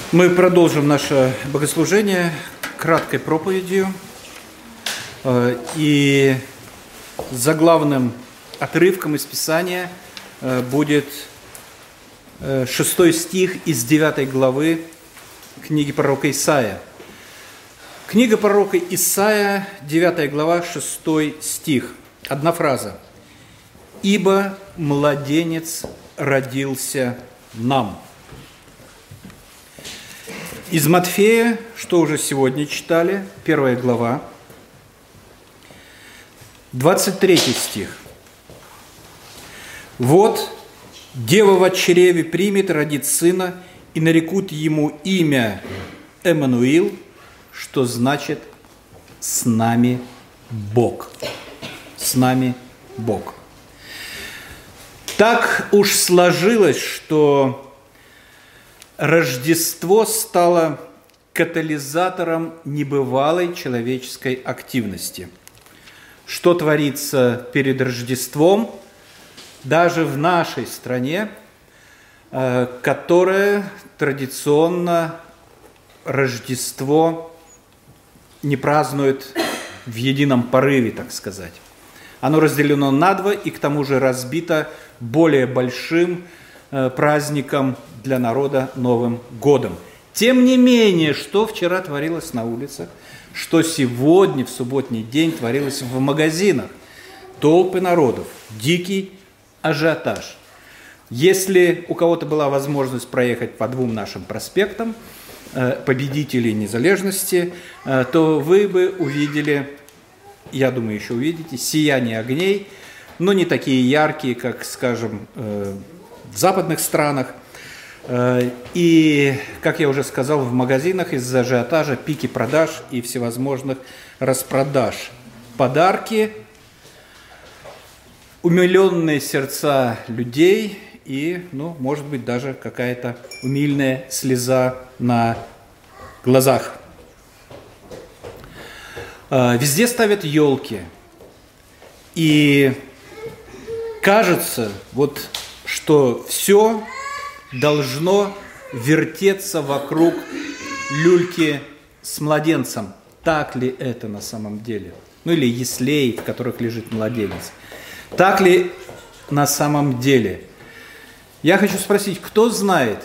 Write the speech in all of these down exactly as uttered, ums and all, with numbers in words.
Мы продолжим наше богослужение краткой проповедью. И заглавным отрывком из Писания будет шестой стих из девятой главы книги пророка Исаия. Книга пророка Исаия, девятая глава, шестой стих. Одна фраза. «Ибо младенец родился нам». Из Матфея, что уже сегодня читали, первая глава, двадцать третий стих. «Вот дева во чреве примет, родит сына, и нарекут ему имя Эммануил, что значит «с нами Бог». С нами Бог. Так уж сложилось, что Рождество стало катализатором небывалой человеческой активности. Что творится перед Рождеством, даже в нашей стране, которая традиционно Рождество не празднует в едином порыве, так сказать. Оно разделено на два и к тому же разбито более большим праздником для народа Новым годом. Тем не менее, что вчера творилось на улицах, что сегодня, в субботний день, творилось в магазинах. Толпы народов, дикий ажиотаж. Если у кого-то была возможность проехать по двум нашим проспектам, победителей незалежности, то вы бы увидели, я думаю, еще увидите, сияние огней, но не такие яркие, как, скажем, в западных странах. И, как я уже сказал, в магазинах из-за ажиотажа пики продаж и всевозможных распродаж. Подарки, умиленные сердца людей и, ну, может быть, даже какая-то умильная слеза на глазах. Везде ставят елки. И кажется, вот, что все должно вертеться вокруг люльки с младенцем. Так ли это на самом деле? Ну или яслей, в которых лежит младенец. Так ли на самом деле? Я хочу спросить, кто знает,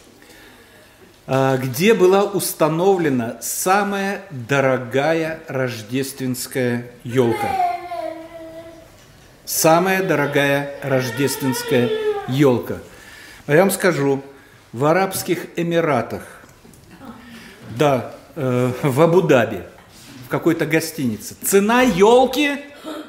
где была установлена самая дорогая рождественская елка? Самая дорогая рождественская елка. Я вам скажу, в Арабских Эмиратах, да, э, в Абу-Даби, в какой-то гостинице, цена елки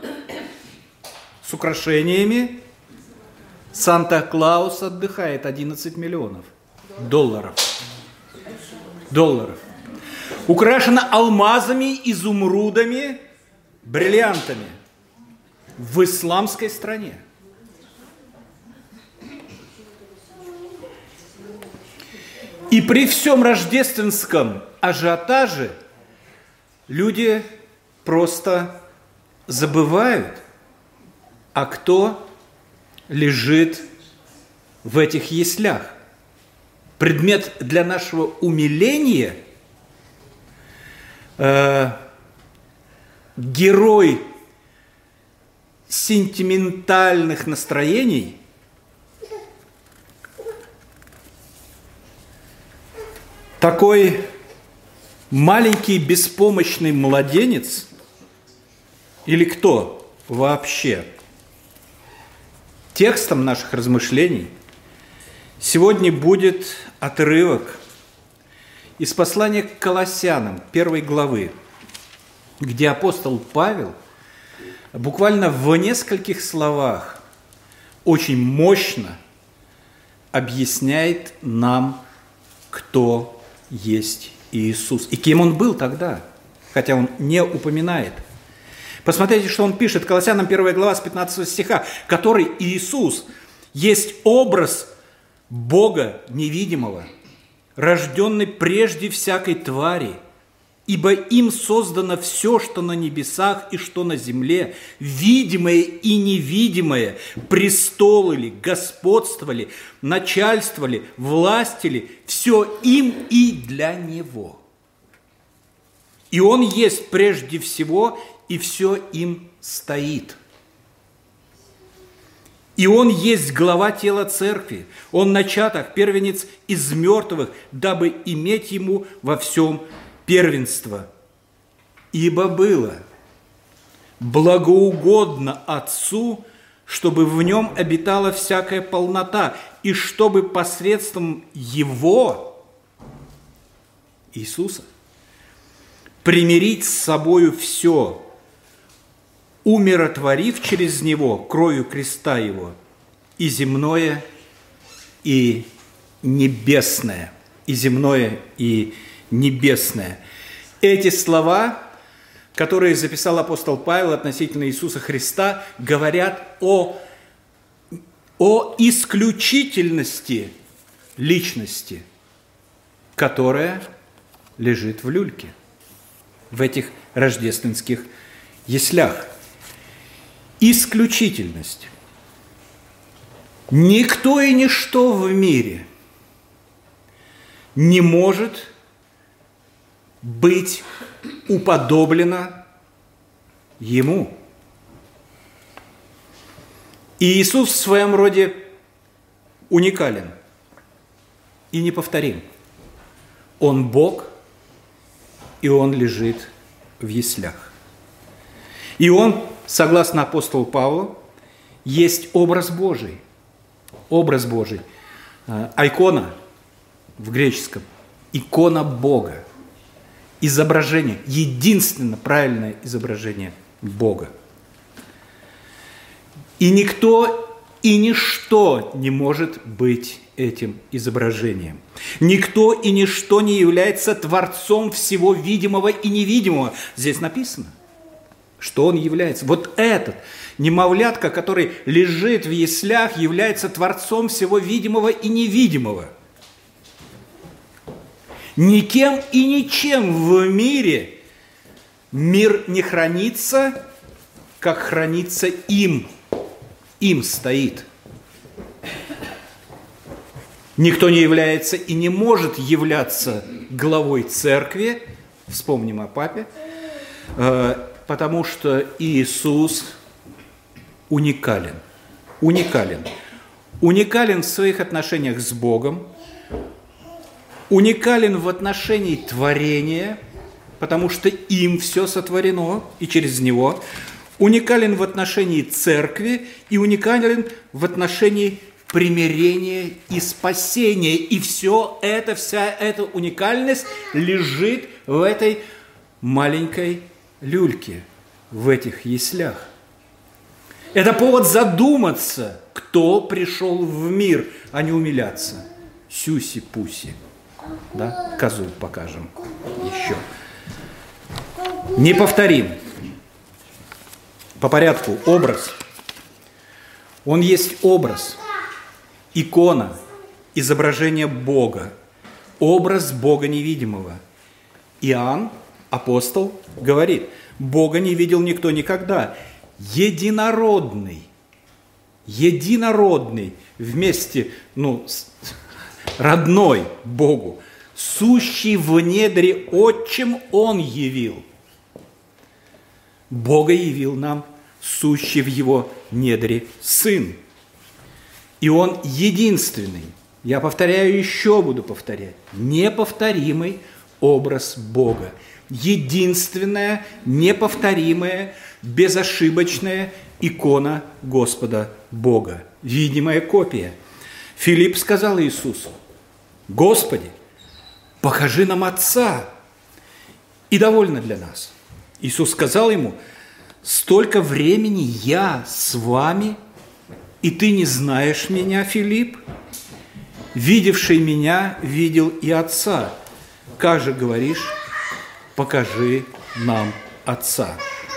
с украшениями, Санта-Клаус отдыхает одиннадцать миллионов долларов. Долларов. Украшена алмазами, изумрудами, бриллиантами в исламской стране. И при всем рождественском ажиотаже люди просто забывают, а кто лежит в этих яслях. Предмет для нашего умиления, э, герой сентиментальных настроений, такой маленький беспомощный младенец или кто вообще? Текстом наших размышлений сегодня будет отрывок из послания к Колоссянам, первой главы, где апостол Павел буквально в нескольких словах очень мощно объясняет нам, кто есть Иисус. И кем Он был тогда, хотя Он не упоминает. Посмотрите, что он пишет, Колоссянам первая глава с пятнадцатого стиха, который Иисус есть образ Бога невидимого, рожденный прежде всякой твари, ибо им создано все, что на небесах и что на земле, видимое и невидимое, престолы ли, господство ли, начальство ли, власть ли, все им и для Него. И Он есть прежде всего, и все им стоит. И Он есть глава тела церкви, Он начаток, первенец из мертвых, дабы иметь Ему во всем первенство. Ибо было благоугодно Отцу, чтобы в Нем обитала всякая полнота, и чтобы посредством Его, Иисуса, примирить с собою все, умиротворив через Него кровью креста Его и земное, и небесное, и земное, и небесное. Эти слова, которые записал апостол Павел относительно Иисуса Христа, говорят о, о исключительности личности, которая лежит в люльке, в этих рождественских яслях. Исключительность. Никто и ничто в мире не может быть уподоблено Ему. И Иисус в своем роде уникален и неповторим. Он Бог, и Он лежит в яслях. И Он, согласно апостолу Павлу, есть образ Божий. Образ Божий. Айкона в греческом. Икона Бога. Изображение. Единственно правильное изображение Бога. И никто и ничто не может быть этим изображением. Никто и ничто не является творцом всего видимого и невидимого. Здесь написано, что он является. Вот этот немовлятка, который лежит в яслях, является творцом всего видимого и невидимого. Никем и ничем в мире мир не хранится, как хранится им. Им стоит. Никто не является и не может являться главой церкви, вспомним о папе, потому что Иисус уникален. Уникален. Уникален в своих отношениях с Богом, уникален в отношении творения, потому что им все сотворено и через Него, уникален в отношении церкви и уникален в отношении примирения и спасения. И все это, вся эта уникальность лежит в этой маленькой люльке, в этих яслях. Это повод задуматься, кто пришел в мир, а не умиляться. Сюси-пуси. Да? Козу покажем еще. Неповторим. По порядку. Образ. Он есть образ. Икона. Изображение Бога. Образ Бога невидимого. Иоанн, апостол, говорит, Бога не видел никто никогда. Единородный. Единородный. Вместе, ну, родной Богу. Сущий в недре Отчим Он явил. Бога явил нам, сущий в Его недре Сын. И Он единственный, я повторяю, еще буду повторять, неповторимый образ Бога. Единственная, неповторимая, безошибочная икона Господа Бога. Видимая копия. Филипп сказал Иисусу, Господи, покажи нам Отца, и довольно для нас. Иисус сказал ему, столько времени я с вами, и ты не знаешь меня, Филипп? Видевший меня, видел и Отца. Как же говоришь, покажи нам Отца?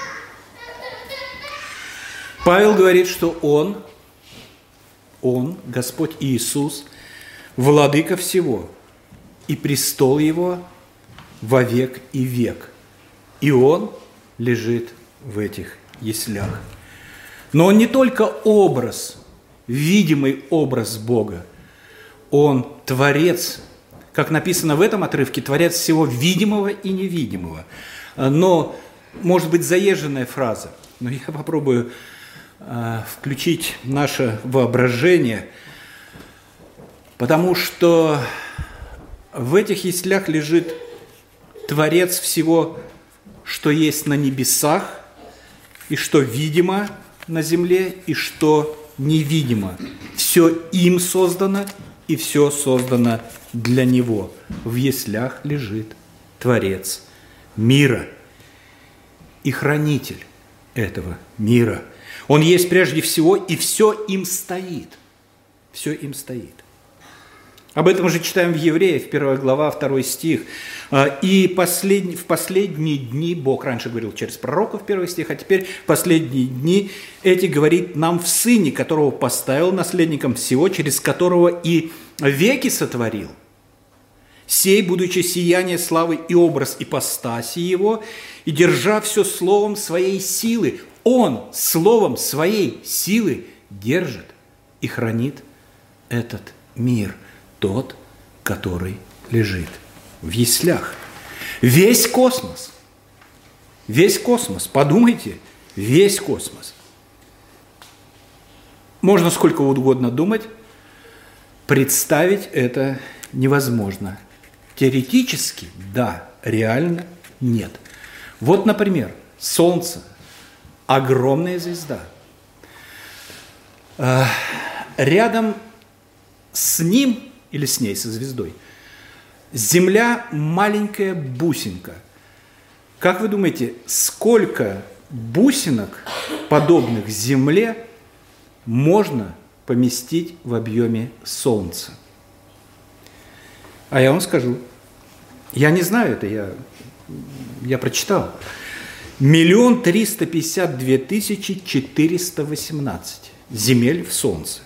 Павел говорит, что Он, Он, Господь Иисус, владыка всего, и престол Его вовек и век. И Он лежит в этих яслях. Но Он не только образ, видимый образ Бога. Он Творец, как написано в этом отрывке, Творец всего видимого и невидимого. Но, может быть, заезженная фраза, но я попробую э, включить наше воображение, потому что в этих яслях лежит Творец всего, что есть на небесах, и что видимо на земле, и что невидимо. Все им создано, и все создано для Него. В яслях лежит Творец мира и хранитель этого мира. Он есть прежде всего, и все им стоит. Все им стоит. Об этом же читаем в Евреях, первая глава, второй стих. «И послед... в последние дни», Бог раньше говорил через пророков, первый стих, а теперь в последние дни эти говорит нам в Сыне, которого поставил наследником всего, через которого и веки сотворил. Сей, будучи сияние славы и образ ипостаси Его, и держа все словом своей силы, Он словом своей силы держит и хранит этот мир, тот, который лежит в яслях. Весь космос, весь космос, подумайте, весь космос. Можно сколько угодно думать, представить это невозможно. Теоретически, да, реально нет. Вот, например, Солнце, огромная звезда. Рядом с ним или с ней, со звездой, Земля маленькая бусинка. Как вы думаете, сколько бусинок, подобных Земле, можно поместить в объеме Солнца? А я вам скажу, я не знаю это, я, я прочитал. Миллион триста пятьдесят две тысячи четыреста восемнадцать земель в Солнце.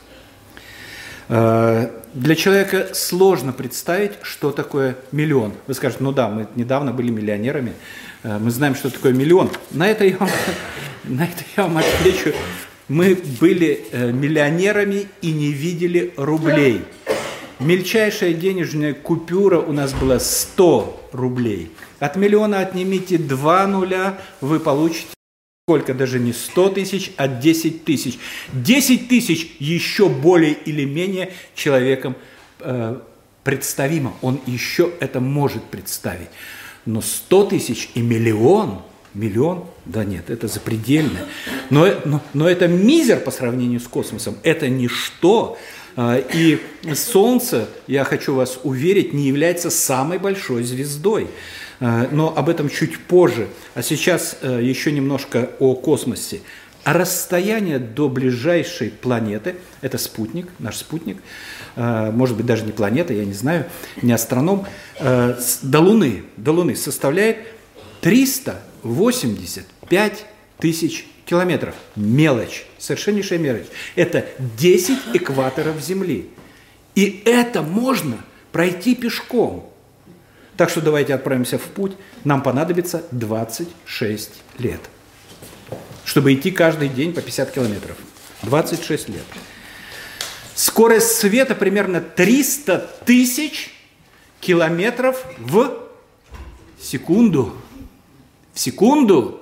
Для человека сложно представить, что такое миллион. Вы скажете, ну да, мы недавно были миллионерами, мы знаем, что такое миллион. На это я вам, на это я вам отвечу. Мы были миллионерами и не видели рублей. Мельчайшая денежная купюра у нас была сто рублей. От миллиона отнимите два нуля, вы получите сколько? Даже не сто тысяч, а десять тысяч. десять тысяч еще более или менее человеком э, представимо. Он еще это может представить. Но сто тысяч и миллион, миллион, да нет, это запредельно. Но, но, но это мизер по сравнению с космосом. Это ничто. И Солнце, я хочу вас уверить, не является самой большой звездой. Но об этом чуть позже. А сейчас еще немножко о космосе. А расстояние до ближайшей планеты, это спутник, наш спутник, может быть, даже не планета, я не знаю, не астроном, до Луны, до Луны составляет триста восемьдесят пять тысяч километров. Мелочь, совершеннейшая мелочь. Это десять экваторов Земли. И это можно пройти пешком. Так что давайте отправимся в путь. Нам понадобится двадцать шесть лет, чтобы идти каждый день по пятьдесят километров. двадцать шесть лет. Скорость света примерно триста тысяч километров в секунду. В секунду.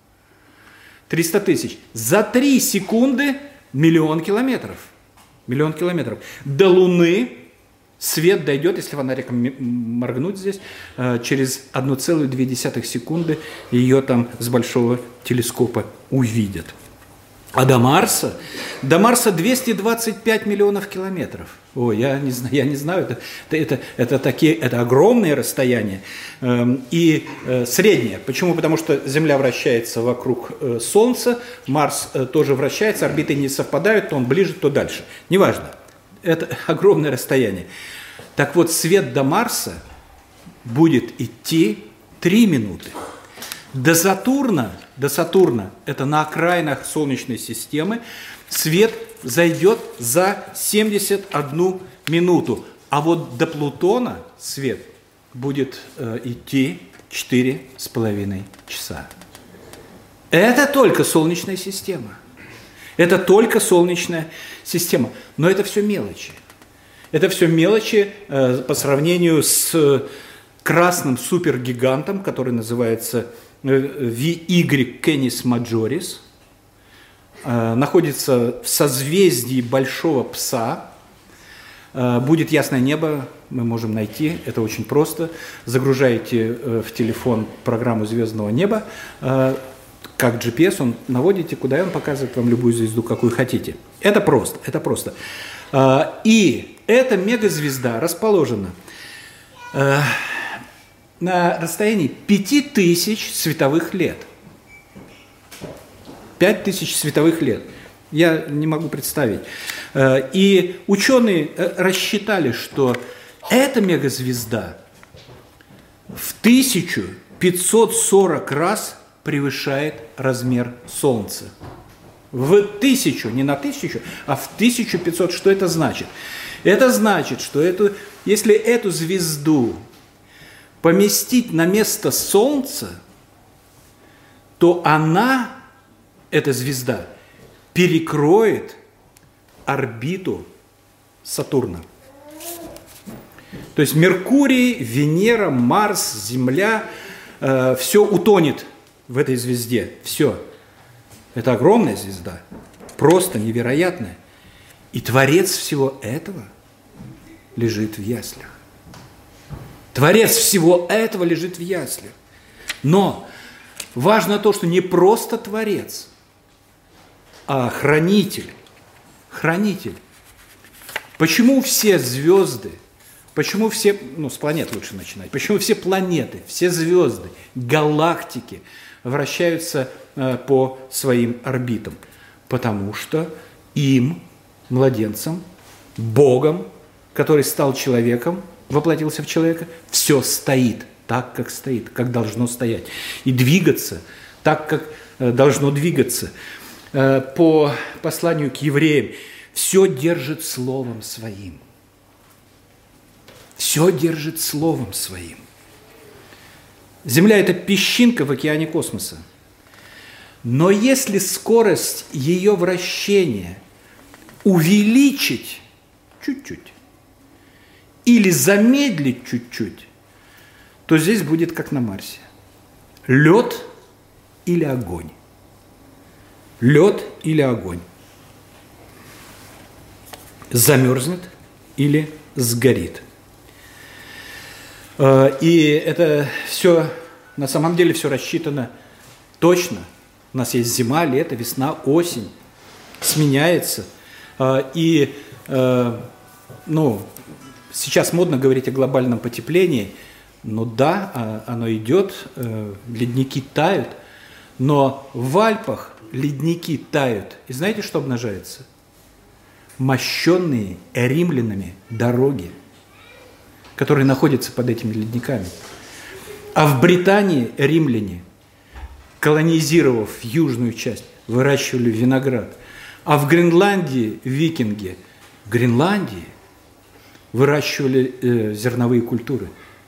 триста тысяч. За три секунды миллион километров. Миллион километров. До Луны свет дойдет, если фонариком моргнуть здесь, через одна целая две десятых секунды ее там с большого телескопа увидят. А до Марса? До Марса двести двадцать пять миллионов километров. Ой, я не знаю, я не знаю, это, это, это, такие, это огромные расстояния. И среднее. Почему? Потому что Земля вращается вокруг Солнца, Марс тоже вращается, орбиты не совпадают, то он ближе, то дальше. Неважно. Это огромное расстояние. Так вот, свет до Марса будет идти три минуты. До Сатурна, до Сатурна, это на окраинах Солнечной системы, свет зайдет за семьдесят одну минуту. А вот до Плутона свет будет э, идти четыре с половиной часа. Это только Солнечная система. Это только Солнечная система. Но это все мелочи. Это все мелочи э, по сравнению с красным супергигантом, который называется ви игрек Canis Majoris, э, находится в созвездии Большого Пса. Э, будет ясное небо, мы можем найти, это очень просто. Загружаете э, в телефон программу звездного неба, э, как джи пи эс, он наводите, куда и он показывает вам любую звезду, какую хотите. Это просто, это просто. Э, и эта мегазвезда расположена э, на расстоянии пяти тысяч световых лет. Пять тысяч световых лет. Я не могу представить. И ученые рассчитали, что эта мегазвезда в тысячу пятьсот сорок раз превышает размер Солнца. В тысячу, не на тысячу, а в тысячу пятьсот. Что это значит? Это значит, что эту, если эту звезду поместить на место Солнца, то она, эта звезда, перекроет орбиту Сатурна. То есть Меркурий, Венера, Марс, Земля, э, все утонет в этой звезде. Все. Это огромная звезда, просто невероятная. И Творец всего этого лежит в яслях. Творец всего этого лежит в яслях. Но важно то, что не просто Творец, а хранитель. Хранитель. Почему все звезды, почему все, ну, с планет лучше начинать, почему все планеты, все звезды, галактики вращаются э, по своим орбитам? Потому что им, младенцам, Богом, который стал человеком, воплотился в человека, все стоит так, как стоит, как должно стоять. И двигаться так, как э, должно двигаться. Э, по посланию к евреям, все держит словом своим. Все держит словом своим. Земля – это песчинка в океане космоса. Но если скорость ее вращения увеличить чуть-чуть или замедлить чуть-чуть, то здесь будет как на Марсе. Лед или огонь. Лед или огонь. Замерзнет или сгорит. И это все, на самом деле, все рассчитано точно. У нас есть зима, лето, весна, осень. Сменяется. И, ну, сейчас модно говорить о глобальном потеплении. Ну да, оно идет, ледники тают. Но в Альпах ледники тают. И знаете, что обнажается? Мощенные римлянами дороги, которые находятся под этими ледниками. А в Британии римляне, колонизировав южную часть, выращивали виноград. А в Гренландии викинги, в Гренландии выращивали э, зерновые культуры.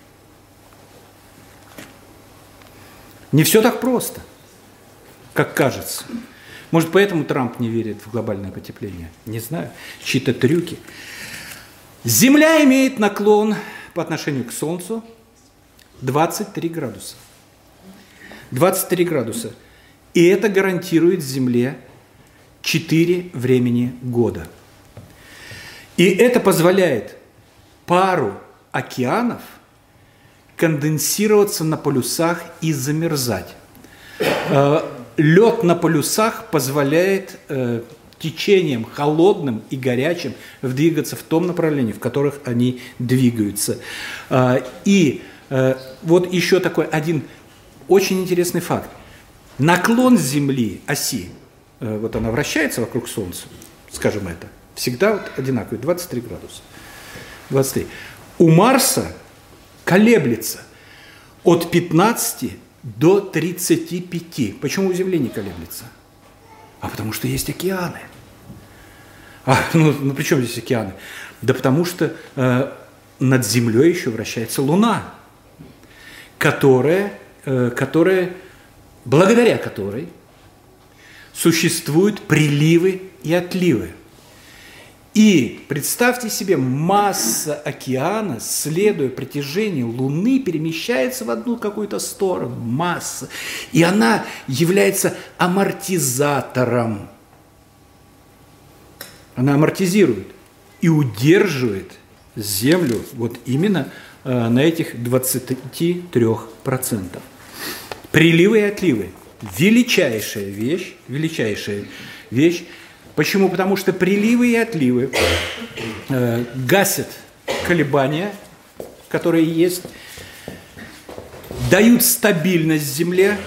Не все так просто, как кажется. Может, поэтому Трамп не верит в глобальное потепление? Не знаю. Чьи-то трюки. Земля имеет наклон по отношению к Солнцу двадцать три градуса. двадцать три градуса. И это гарантирует Земле четыре времени года. И это позволяет пару океанов конденсироваться на полюсах и замерзать. Лед на полюсах позволяет э, течениям холодным и горячим двигаться в том направлении, в которых они двигаются. Э, и э, вот еще такой один очень интересный факт. Наклон Земли, оси, э, вот она вращается вокруг Солнца, скажем это, всегда вот одинаковый, двадцать три градуса. двадцать три. У Марса колеблется от пятнадцати до тридцати пяти. Почему у Земли не колеблется? А потому что есть океаны. А, ну, ну при чем здесь океаны? Да потому что э, над Землей еще вращается Луна. которая, которая, благодаря которой существуют приливы и отливы. И представьте себе, масса океана, следуя притяжению Луны, перемещается в одну какую-то сторону, масса. И она является амортизатором. Она амортизирует и удерживает Землю вот именно э, на этих двадцати трёх процентах. Приливы и отливы – величайшая вещь, величайшая вещь. Почему? Потому что приливы и отливы э, гасят колебания, которые есть, дают стабильность Земле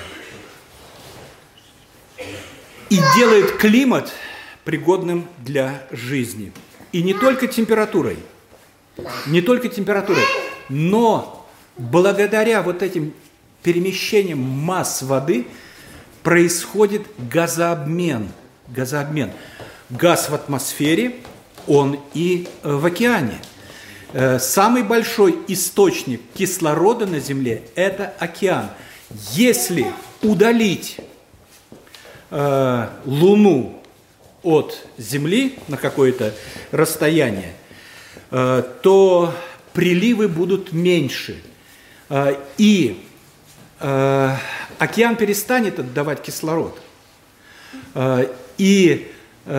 и делают климат пригодным для жизни. И не только температурой, не только температурой, но благодаря вот этим перемещениям масс воды происходит газообмен. Газообмен. Газ в атмосфере, он и в океане. Самый большой источник кислорода на Земле – это океан. Если удалить э, Луну от Земли на какое-то расстояние, э, то приливы будут меньше. Э, и э, океан перестанет отдавать кислород. Э, и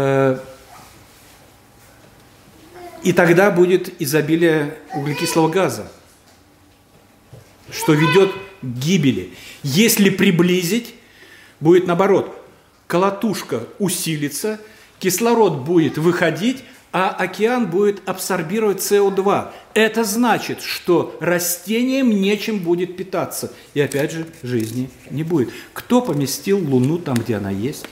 И тогда будет изобилие углекислого газа, что ведет к гибели. Если приблизить, будет наоборот. Колотушка усилится, кислород будет выходить, а океан будет абсорбировать С О два. Это значит, что растениям нечем будет питаться. И опять же, жизни не будет. Кто поместил Луну там, где она есть?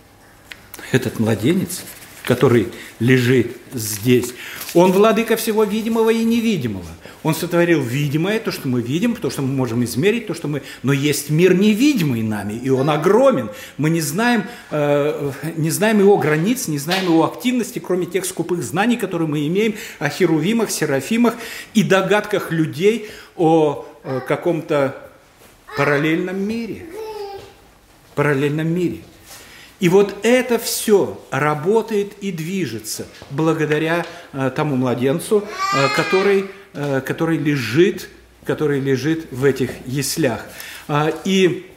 Этот младенец, который лежит здесь. Он владыка всего видимого и невидимого. Он сотворил видимое, то, что мы видим, то, что мы можем измерить, то, что мы... Но есть мир невидимый нами, и он огромен. Мы не знаем, э, не знаем его границ, не знаем его активности, кроме тех скупых знаний, которые мы имеем о херувимах, серафимах и догадках людей о, о каком-то параллельном мире. Параллельном мире. И вот это все работает и движется благодаря э, тому младенцу, э, который, э, который, лежит, который лежит в этих яслях. Э, и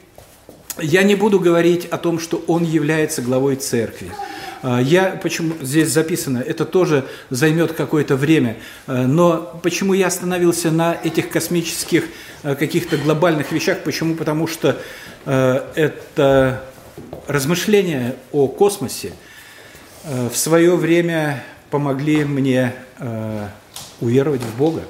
я не буду говорить о том, что он является главой церкви. Э, я, почему здесь записано, это тоже займет какое-то время, э, но почему я остановился на этих космических э, каких-то глобальных вещах? Почему? Потому что э, это... Размышления о космосе э, в свое время помогли мне э, уверовать в Бога.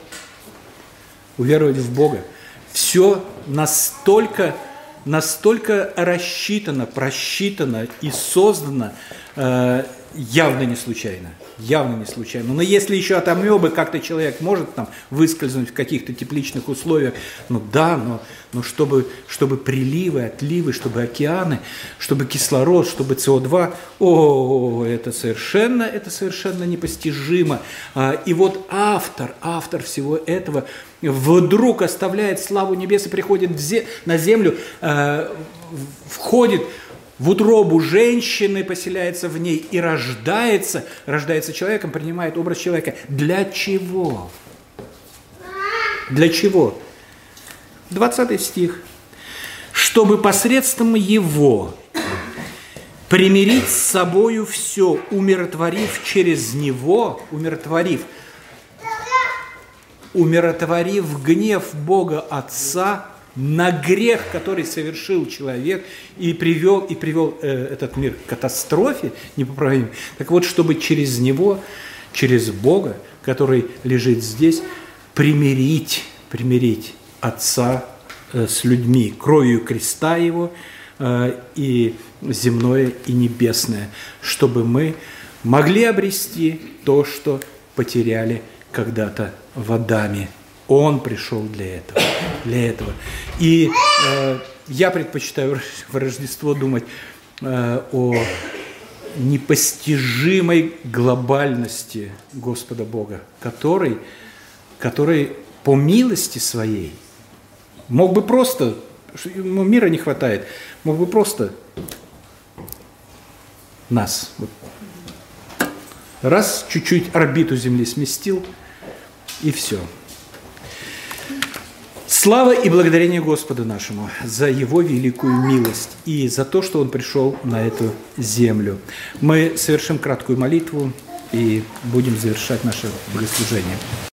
Уверовать в Бога. Все настолько, настолько рассчитано, просчитано и создано э, явно не случайно. Явно не случайно. Но если еще от амебы как-то человек может там выскользнуть в каких-то тепличных условиях, ну да, но, но чтобы, чтобы приливы, отливы, чтобы океаны, чтобы кислород, чтобы С О два, о, это совершенно, это совершенно непостижимо. И вот автор, автор всего этого вдруг оставляет славу небес и приходит на землю, входит в утробу женщины, поселяется в ней и рождается, рождается человеком, принимает образ человека. Для чего? Для чего? двадцатый стих. Чтобы посредством его примирить с собою все, умиротворив через него, умиротворив, умиротворив гнев Бога Отца на грех, который совершил человек и привел, и привел э, этот мир к катастрофе непоправимой. Так вот, чтобы через него, через Бога, который лежит здесь, примирить, примирить Отца э, с людьми, кровью креста Его э, и земное, и небесное, чтобы мы могли обрести то, что потеряли когда-то в Адаме. Он пришел для этого, для этого. И э, я предпочитаю в Рождество думать э, о непостижимой глобальности Господа Бога, который, который по милости своей, Мог бы просто, ему мира не хватает, мог бы просто нас. Вот. Раз, чуть-чуть орбиту Земли сместил, и все. Слава и благодарение Господу нашему за Его великую милость и за то, что Он пришел на эту землю. Мы совершим краткую молитву и будем завершать наше богослужение.